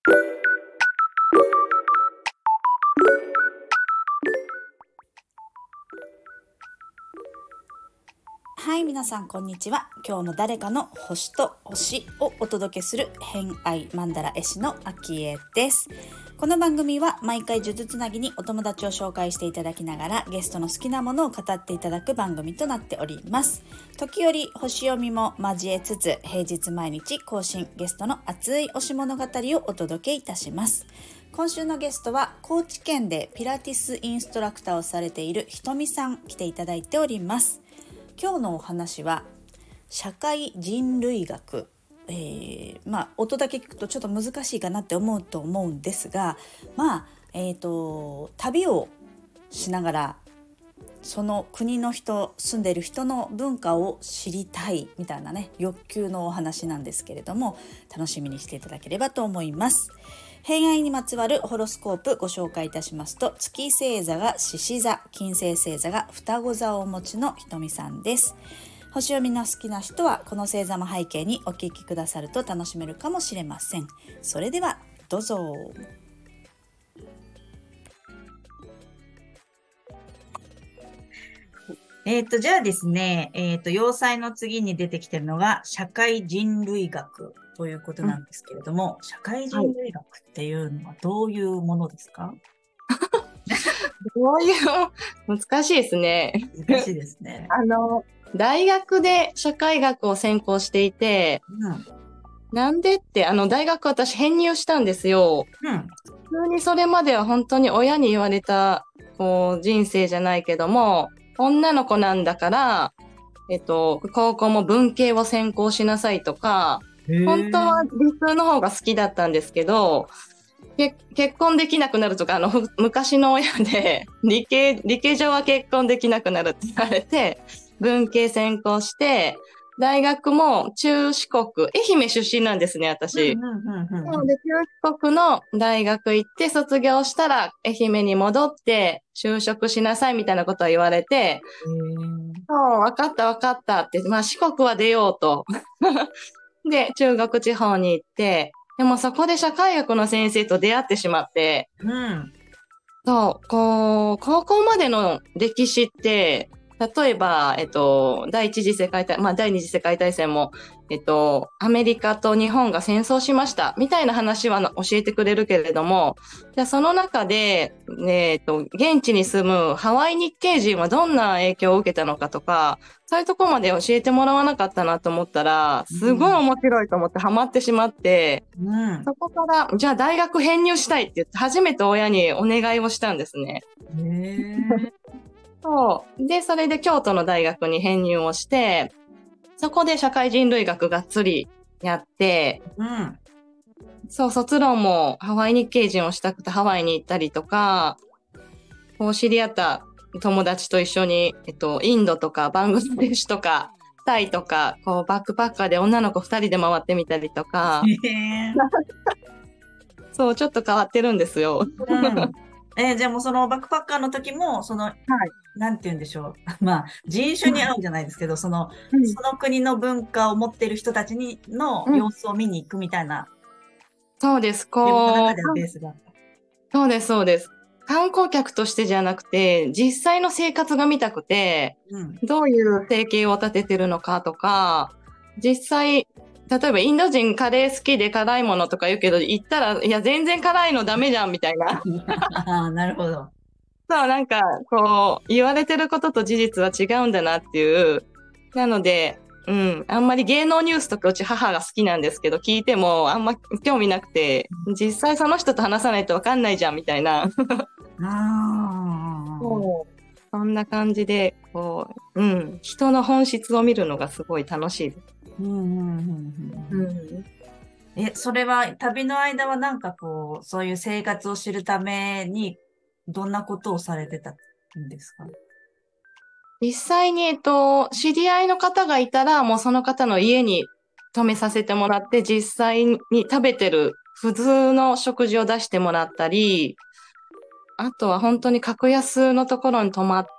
はい、皆さんこんにちは。今日も誰かの星と推しをお届けする偏愛マンダラ絵師のあきえです。この番組は毎回数珠つなぎにお友達を紹介していただきながらゲストの好きなものを語っていただく番組となっております。時折星読みも交えつつ平日毎日更新、ゲストの熱い推し物語をお届けいたします。今週のゲストは高知県でピラティスインストラクターをされているひとみさん来ていただいております。今日のお話は社会人類学、音だけ聞くとちょっと難しいかなって思うんですが、旅をしながらその国の人、住んでいる人の文化を知りたいみたいなね、欲求のお話なんですけれども、楽しみにしていただければと思います。偏愛にまつわるホロスコープご紹介いたしますと、月星座が獅子座、金星星座が双子座をお持ちのひとみさんです。星読みの好きな人はこの星座も背景にお聞きくださると楽しめるかもしれません。それではどうぞ。 じゃあですね、要塞の次に出てきてるのが社会人類学ということなんですけれども、社会人類学っていうのはどういうものですか？ どういう、難しいですね。 難しいですね。 大学で社会学を専攻していて、なんでって、大学私編入したんですよ。普通にそれまでは本当に親に言われた、人生じゃないけども、女の子なんだから、高校も文系を専攻しなさいとか、本当は理数の方が好きだったんですけど、結婚できなくなるとか、昔の親で理系上は結婚できなくなるって言われて、文系専攻して、大学も中四国、愛媛出身なんですね、私。なので、中四国の大学行って卒業したら、愛媛に戻って就職しなさいみたいなことを言われて、そう、わかったって、四国は出ようと。で、中国地方に行って、でもそこで社会学の先生と出会ってしまって、そう、高校までの歴史って、例えば、第一次世界大、第二次世界大戦も、アメリカと日本が戦争しました、みたいな話は教えてくれるけれども、じゃあその中で、現地に住むハワイ日系人はどんな影響を受けたのかとか、そういうとこまで教えてもらわなかったなと思ったら、すごい面白いと思ってハマってしまって、そこから、じゃあ大学編入したいって言って、初めて親にお願いをしたんですね。そう。で、それで京都の大学に編入をして、そこで社会人類学がっつりやって、そう、卒論もハワイ日系人をしたくてハワイに行ったりとか、知り合った友達と一緒に、インドとかバングラデシュとか、タイとか、バックパッカーで女の子2人で回ってみたりとか、そう、ちょっと変わってるんですよ。 じゃあもうそのバックパッカーの時も、なんて言うんでしょう。人種に合うじゃないですけど、その国の文化を持っている人たちの様子を見に行くみたいな。 そうです。 自分の中でのベースが。 そうです。観光客としてじゃなくて、実際の生活が見たくて、どういう生計を立ててるのかとか、実際、例えばインド人カレー好きで辛いものとか言うけど、行ったら、いや、全然辛いのダメじゃんみたいな。 なるほど。 そう、言われてることと事実は違うんだなっていう。なので、あんまり芸能ニュースとかうち母が好きなんですけど、聞いてもあんま興味なくて、実際その人と話さないとわかんないじゃんみたいな。そんな感じで、人の本質を見るのがすごい楽しいです。 それは旅の間はそういう生活を知るためにどんなことをされてたんですか？ 実際に、知り合いの方がいたら、もうその方の家に泊めさせてもらって、実際に食べてる普通の食事を出してもらったり、あとは本当に格安のところに泊まって、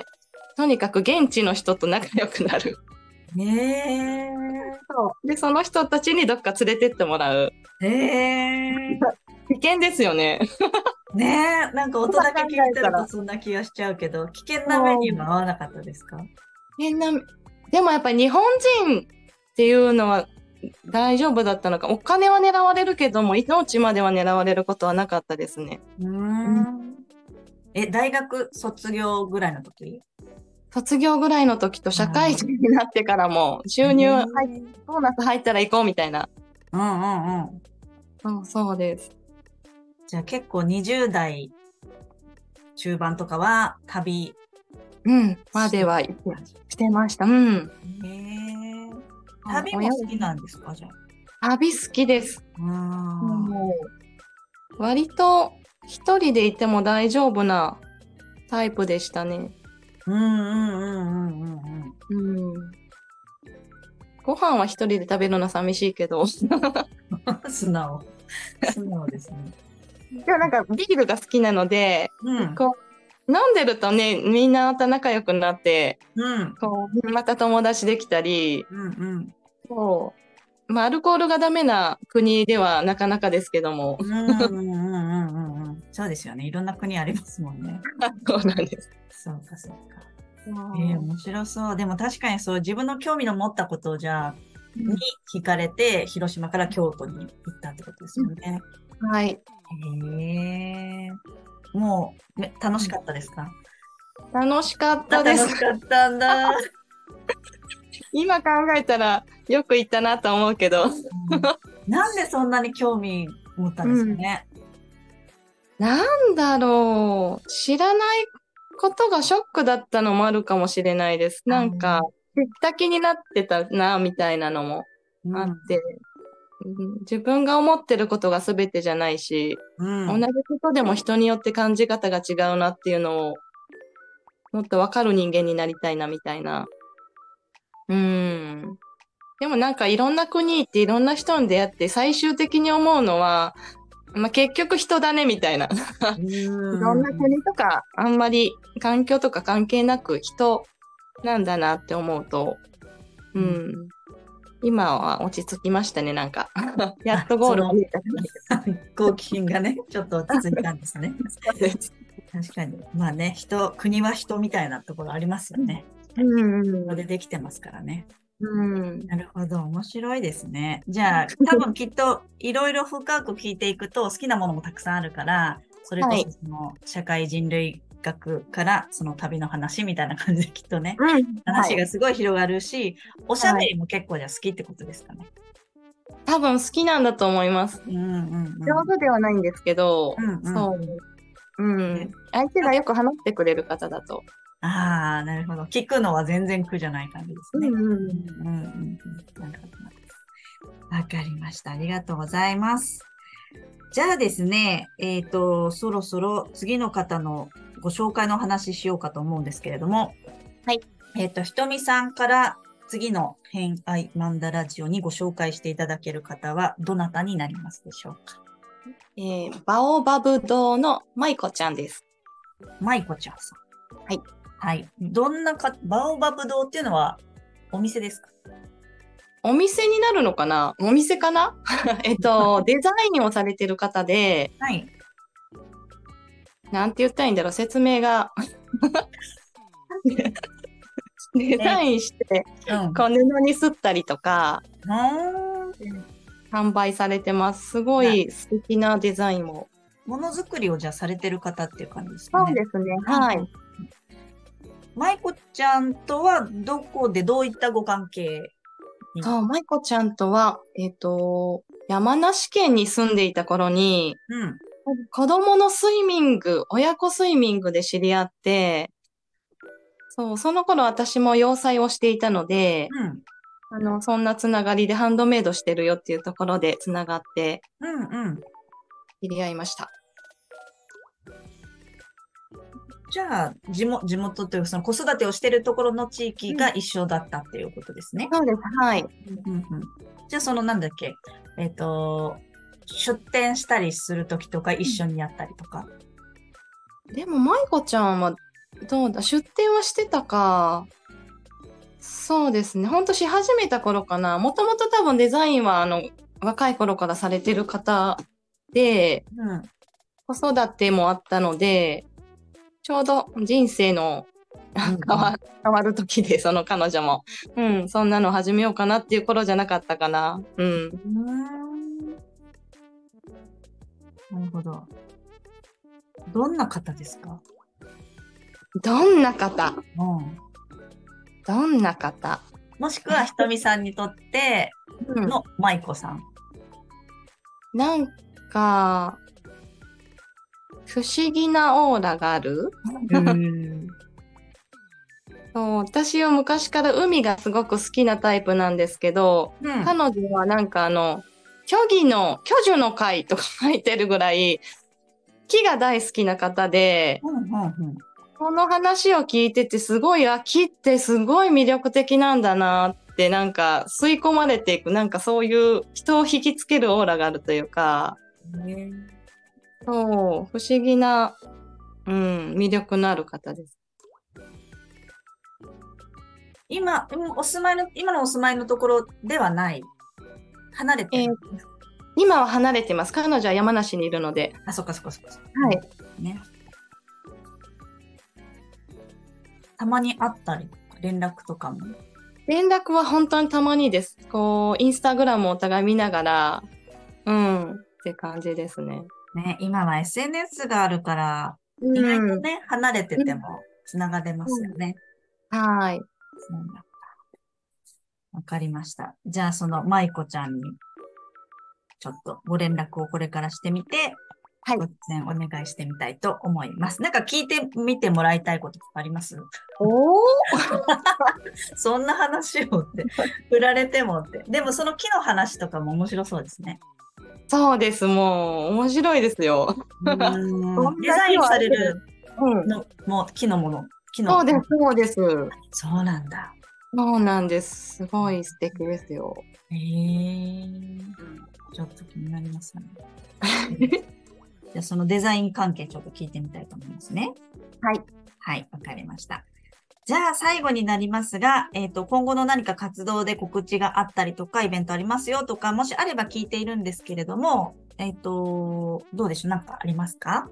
とにかく現地の人と仲良くなる。そう。で、その人たちにどっか連れてってもらう。 険ですよね。 ねえ、なんか音だけ聞いてるとそんな気がしちゃうけど、危険な目には合わなかったですか？ でもやっぱり日本人っていうのは大丈夫だったのか。お金は狙われるけども、命までは狙われることはなかったですね。 大学卒業ぐらいの時？ 卒業ぐらいの時と社会人になってからも、収入ボーナス入ったら行こうみたいな。そうです。 じゃあ結構20代中盤とかは旅まではしてました。 旅も好きなんですか？じゃあ。 旅好きです。割と一人でいても大丈夫なタイプでしたね。ご飯は一人で食べるの寂しいけど。 素直ですね。 でもなんかビールが好きなので、こう飲んでるとね、みんなまた仲良くなって、こうまた友達できたり、アルコールがダメな国ではなかなかですけども。 そうですよね。いろんな国ありますもんね。 そうなんです。 そうか。面白そう。でも確かにそう、自分の興味の持ったことをに惹かれて、広島から京都に行ったってことですよね。 はい。 もう、楽しかったですか？ 楽しかったです。 楽しかったんだ。 今考えたらよく行ったなと思うけど。 なんでそんなに興味持ったんですかね？ なんだろう。知らないことがショックだったのもあるかもしれないです。なんか、知った気になってたな、みたいなのもあって、自分が思ってることが全てじゃないし、同じことでも人によって感じ方が違うなっていうのを、もっとわかる人間になりたいな、みたいな。でもなんかいろんな国行っていろんな人に出会って最終的に思うのは、結局人だねみたいな。いろんな国とかあんまり環境とか関係なく人なんだなって思うと、今は落ち着きましたね、なんか。やっとゴールが見えた。 好奇心がね、ちょっと落ち着いたんですね。確かに。まあね、国は人みたいなところありますよね。それでできてますからね。なるほど。面白いですね。じゃあ、多分きっといろいろ深く聞いていくと好きなものもたくさんあるから、それこそその社会人類学からその旅の話みたいな感じできっとね、話がすごい広がるし、おしゃべりも結構じゃあ好きってことですかね。 多分好きなんだと思います。上手ではないんですけど、そう。相手がよく話してくれる方だと。 なるほど。聞くのは全然苦じゃない感じですね。わかりました。ありがとうございます。じゃあですね、そろそろ次の方のご紹介の話しようかと思うんですけれども、 はい。 ひとみさんから次の偏愛マンダラジオにご紹介していただける方はどなたになりますでしょうか？ バオバブ堂の舞子ちゃんです。 舞子ちゃんさん。 はい。 はい。バオバブ堂っていうのはお店ですか？ お店になるのかな？お店かなデザインをされてる方で、 はい。 なんて言ったらいいんだろう、説明が。デザインして、こう布にすったりとか、販売されてます。すごい素敵なデザインも。 ものづくりをじゃあされてる方っていう感じですかね。 そうですね。はい。 舞子ちゃんとはどこでどういったご関係に？ 舞子ちゃんとは、山梨県に住んでいた頃に、子供のスイミング、親子スイミングで知り合って、その頃私も洋裁をしていたので、そんなつながりでハンドメイドしてるよっていうところでつながって、知り合いました。 じゃあ、地元というか、その子育てをしているところの地域が一緒だったっていうことですね。 そうです。はい。 じゃあ、なんだっけ、出店したりするときとか一緒にやったりとか。 でも、舞子ちゃんは、どうだ、出店はしてたか。そうですね。ほんとし始めた頃かな。もともと多分デザインは、若い頃からされてる方で、 うん。 子育てもあったので、ちょうど人生の変わる時で、その彼女も、そんなの始めようかなっていう頃じゃなかったかな。 なるほど。どんな方ですか？ どんな方？どんな方？ もしくはひとみさんにとっての舞子さん。 なんか、不思議なオーラがある。そう、私は昔から海がすごく好きなタイプなんですけど、彼女はなんか巨樹の会とか書いてるぐらい、木が大好きな方で、この話を聞いててすごい、木ってすごい魅力的なんだなって、なんか吸い込まれていく、なんかそういう人を引きつけるオーラがあるというか、そう、不思議な、魅力のある方です。 今のお住まいのところではない。離れてる。 今は離れてます。彼女は山梨にいるので。 そっか。はい。ね。たまに会ったり、連絡とかも。 連絡は本当にたまにです。こう、インスタグラムをお互い見ながら、って感じですね。 ね、今は SNS があるから、意外とね、離れてても繋がれますよね。 はい。 そうだ。わかりました。じゃあ、その舞子ちゃんに、ちょっとご連絡をこれからしてみて、ご出演お願いしてみたいと思います。なんか聞いてみてもらいたいこととかあります？そんな話をって、振られてもって。でもその木の話とかも面白そうですね。 そうです。もう、面白いですよ。 デザインされるの、もう木のもの。 そうです。 そうなんだ。 そうなんです。すごい素敵ですよ。 ちょっと気になりますね。じゃあそのデザイン関係ちょっと聞いてみたいと思いますね。 はい。 はい、わかりました。じゃあ最後になりますが、今後の何か活動で告知があったりとか、イベントありますよとか、もしあれば聞いているんですけれども、どうでしょう？なんかありますか？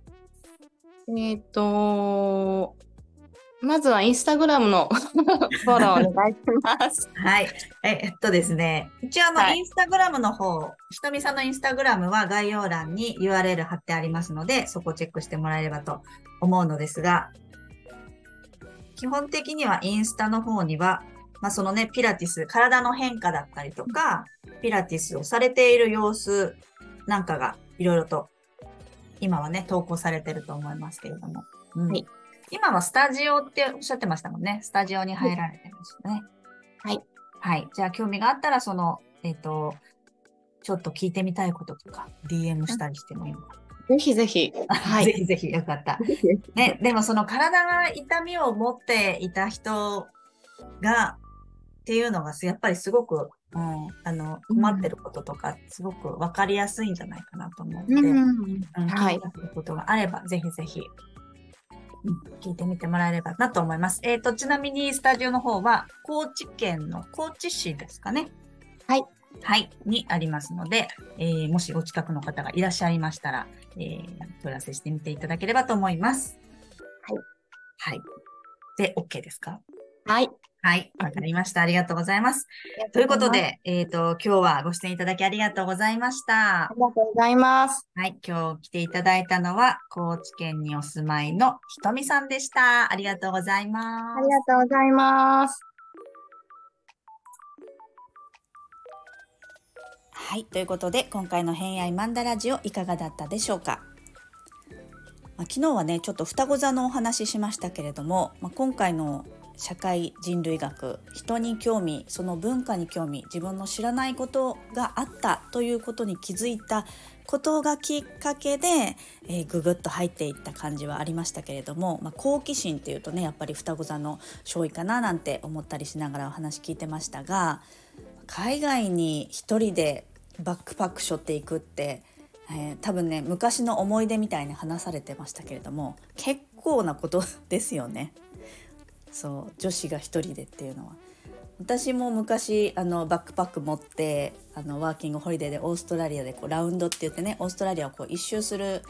まずはインスタグラムのフォローお願いします。 はい。ですね。一応インスタグラムの方、ひとみさんのインスタグラムは概要欄に URL 貼ってありますので、そこをチェックしてもらえればと思うのですが、基本的にはインスタの方には、そのね、ピラティス、体の変化だったりとか、ピラティスをされている様子なんかがいろいろと今はね、投稿されてると思いますけれども。はい。今はスタジオっておっしゃってましたもんね。スタジオに入られてましたね。 はい。 はい。じゃあ、興味があったら、ちょっと聞いてみたいこととか、DM したりしてもいいのか。 ぜひぜひ。 はい。ぜひぜひ、よかった。ね、でもその体が痛みを持っていた人が、っていうのが、やっぱりすごく、困ってることとか、すごくわかりやすいんじゃないかなと思うので、気になることがあれば、ぜひぜひ、聞いてみてもらえればなと思います。ちなみにスタジオの方は、高知県の高知市ですかね。 はい。 はい。にありますので、もしお近くの方がいらっしゃいましたら、問い合わせしてみていただければと思います。 はい。 はい。で、OK ですか？ はい。 はい。わかりました。ありがとうございます。ということで、今日はご出演いただきありがとうございました。 ありがとうございます。 はい。今日来ていただいたのは、高知県にお住まいのひとみさんでした。ありがとうございます。 ありがとうございます。 はい。ということで、今回の偏愛マンダラジオいかがだったでしょうか？昨日はね、ちょっと双子座のお話ししましたけれども、今回の社会人類学、人に興味、その文化に興味、自分の知らないことがあったということに気づいたことがきっかけで、ぐぐっと入っていった感じはありましたけれども、好奇心っていうとね、やっぱり双子座の勝因かななんて思ったりしながらお話聞いてましたが、海外に一人でバックパック背負っていくって、多分ね、昔の思い出みたいに話されてましたけれども、結構なことですよね。そう、女子が一人でっていうのは。 私も昔バックパック持ってワーキングホリデーでオーストラリアでラウンドって言ってね、オーストラリアを一周する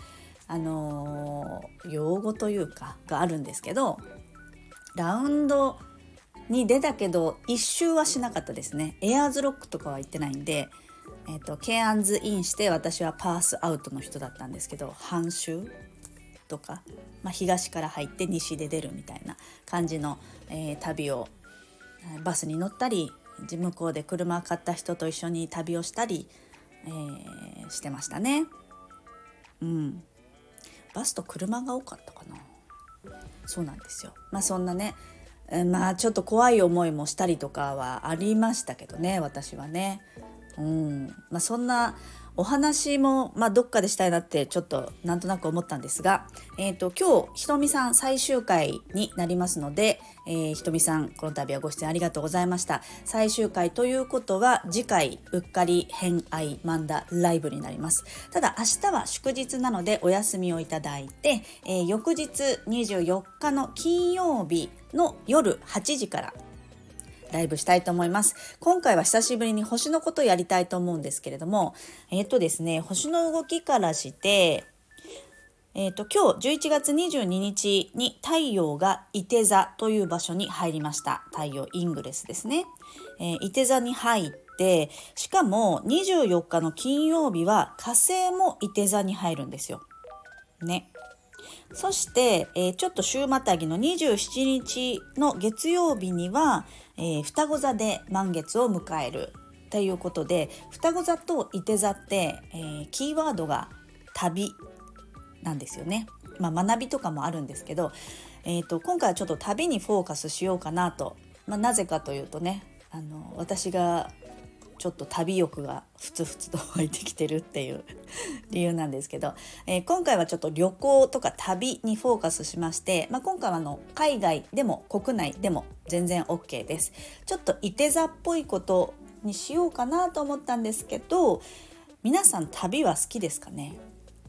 用語というかがあるんですけど、ラウンドに出たけど一周はしなかったですね。エアーズロックとかは行ってないんで、ケアンズインして私はパースアウトの人だったんですけど、半周とか、東から入って西で出るみたいな感じの、旅をバスに乗ったり、向こうで車を買った人と一緒に旅をしたり、してましたね。バスと車が多かったかな。そうなんですよ。そんなね、ちょっと怖い思いもしたりとかはありましたけどね、私はね。そんなお話も、どっかでしたいなってちょっとなんとなく思ったんですが、今日ひとみさん最終回になりますので、ひとみさんこの度はご出演ありがとうございました。最終回ということは次回うっかり偏愛マンダライブになります。ただ明日は祝日なのでお休みをいただいて、翌日24日の金曜日の夜8時からライブしたいと思います。今回は久しぶりに星のことをやりたいと思うんですけれども、ですね、星の動きからして、今日11月22日に太陽がいて座という場所に入りました。太陽イングレスですね。いて座に入って、しかも24日の金曜日は火星もいて座に入るんですよ。ね。そして、ちょっと週またぎの27日の月曜日には、双子座で満月を迎えるということで、双子座といて座って、キーワードが旅なんですよね。学びとかもあるんですけど、今回はちょっと旅にフォーカスしようかなと。なぜかというとね、私がちょっと旅欲がふつふつと湧いてきてるっていう理由なんですけど、今回はちょっと旅行とか旅にフォーカスしまして、今回は海外でも国内でも全然 OK です。ちょっといて座っぽいことにしようかなと思ったんですけど、皆さん旅は好きですかね？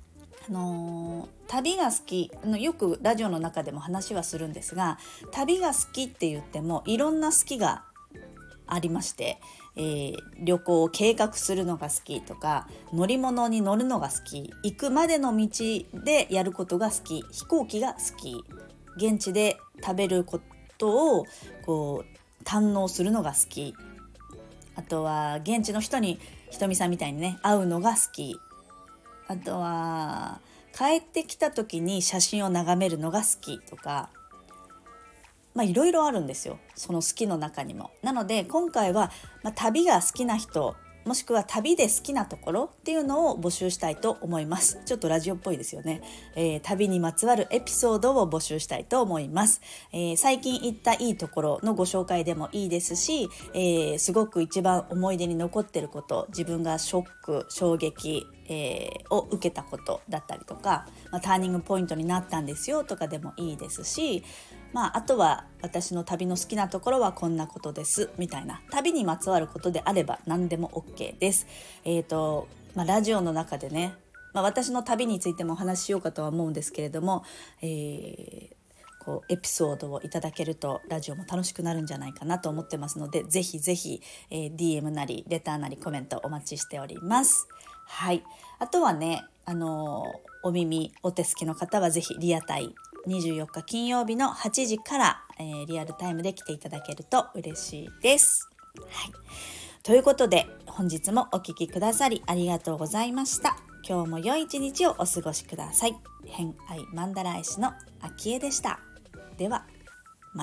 旅が好き、よくラジオの中でも話はするんですが、旅が好きって言ってもいろんな好きがありまして、旅行を計画するのが好きとか、乗り物に乗るのが好き、行くまでの道でやることが好き、飛行機が好き、現地で食べることを堪能するのが好き、あとは現地の人にひとみさんみたいにね会うのが好き、あとは帰ってきた時に写真を眺めるのが好きとか、いろいろあるんですよ、その好きの中にも。なので今回は、旅が好きな人、もしくは旅で好きなところっていうのを募集したいと思います。ちょっとラジオっぽいですよね。旅にまつわるエピソードを募集したいと思います。最近行ったいいところのご紹介でもいいですし、すごく一番思い出に残ってること、自分がショック、衝撃、を受けたことだったりとか、ターニングポイントになったんですよとかでもいいですし、あとは私の旅の好きなところはこんなことですみたいな、旅にまつわることであれば何でも OK です。ラジオの中でね、私の旅についてもお話ししようかとは思うんですけれども、エピソードをいただけるとラジオも楽しくなるんじゃないかなと思ってますので、ぜひぜひ、DM なりレターなりコメントお待ちしております。はい、あとはね、お耳お手すきの方はぜひリアタイ24日金曜日の8時から、リアルタイムで来ていただけると嬉しいです。はい、ということで本日もお聞きくださりありがとうございました。今日も良い一日をお過ごしください。偏愛マンダラ絵師のあきえでした。ではま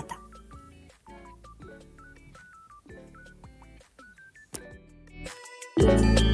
た。